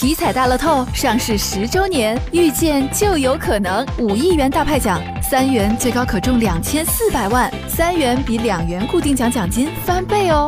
体彩大乐透上市10周年，遇见就有可能，5亿元大派奖，3元最高可中2400万，3元比2元固定奖奖金翻倍哦。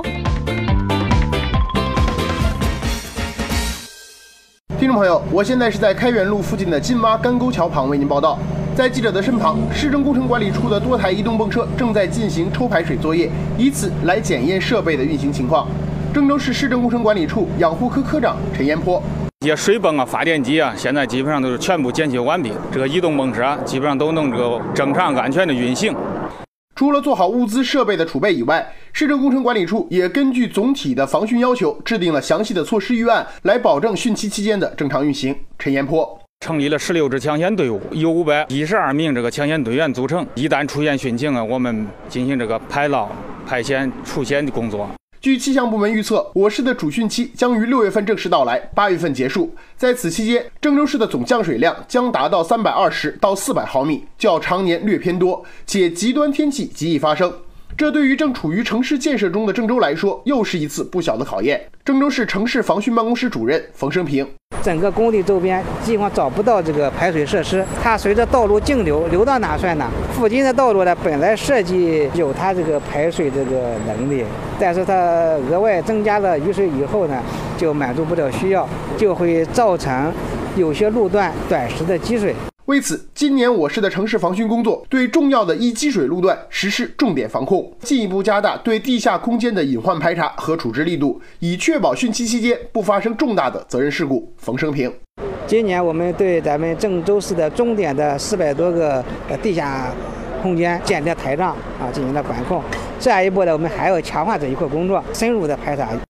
听众朋友，我现在是在开元路附近的金洼干沟桥旁为您报道。在记者的身旁，市政工程管理处的多台移动泵车正在进行抽排水作业，以此来检验设备的运行情况。郑州市市政工程管理处养护科科长陈延坡。 一些水泵啊、发电机啊，现在基本上都是全部检修完毕。这个移动泵车基本上都能这个正常安全的运行。 除了做好物资设备的储备以外，市政工程管理处也根据总体的防汛要求，制定了详细的措施预案，来保证汛期期间的正常运行。陈延坡成立了16支抢险队伍，由512名这个抢险队员组成。一旦出现汛情啊，我们进行这个排涝、排险、除险的工作。 据气象部门预测，我市的主汛期将于6月份正式到来，8月份结束。在此期间，郑州市的总降水量将达到320到400毫米，较常年略偏多，且极端天气极易发生。这对于正处于城市建设中的郑州来说，又是一次不小的考验。郑州市城市防汛办公室主任冯生平： 整个工地周边基本上找不到这个排水设施，它随着道路径流流到哪算哪。附近的道路呢，本来设计有它这个排水这个能力，但是它额外增加了雨水以后呢，就满足不了需要，就会造成有些路段短时的积水。 为此，今年我市的城市防汛工作对重要的易积水路段实施重点防控，进一步加大对地下空间的隐患排查和处置力度，以确保汛期期间不发生重大的责任事故。冯生平： 今年我们对咱们郑州市的重点的400多个地下空间建立台障进行了管控。下一步呢，我们还要强化这一块工作，深入的排查。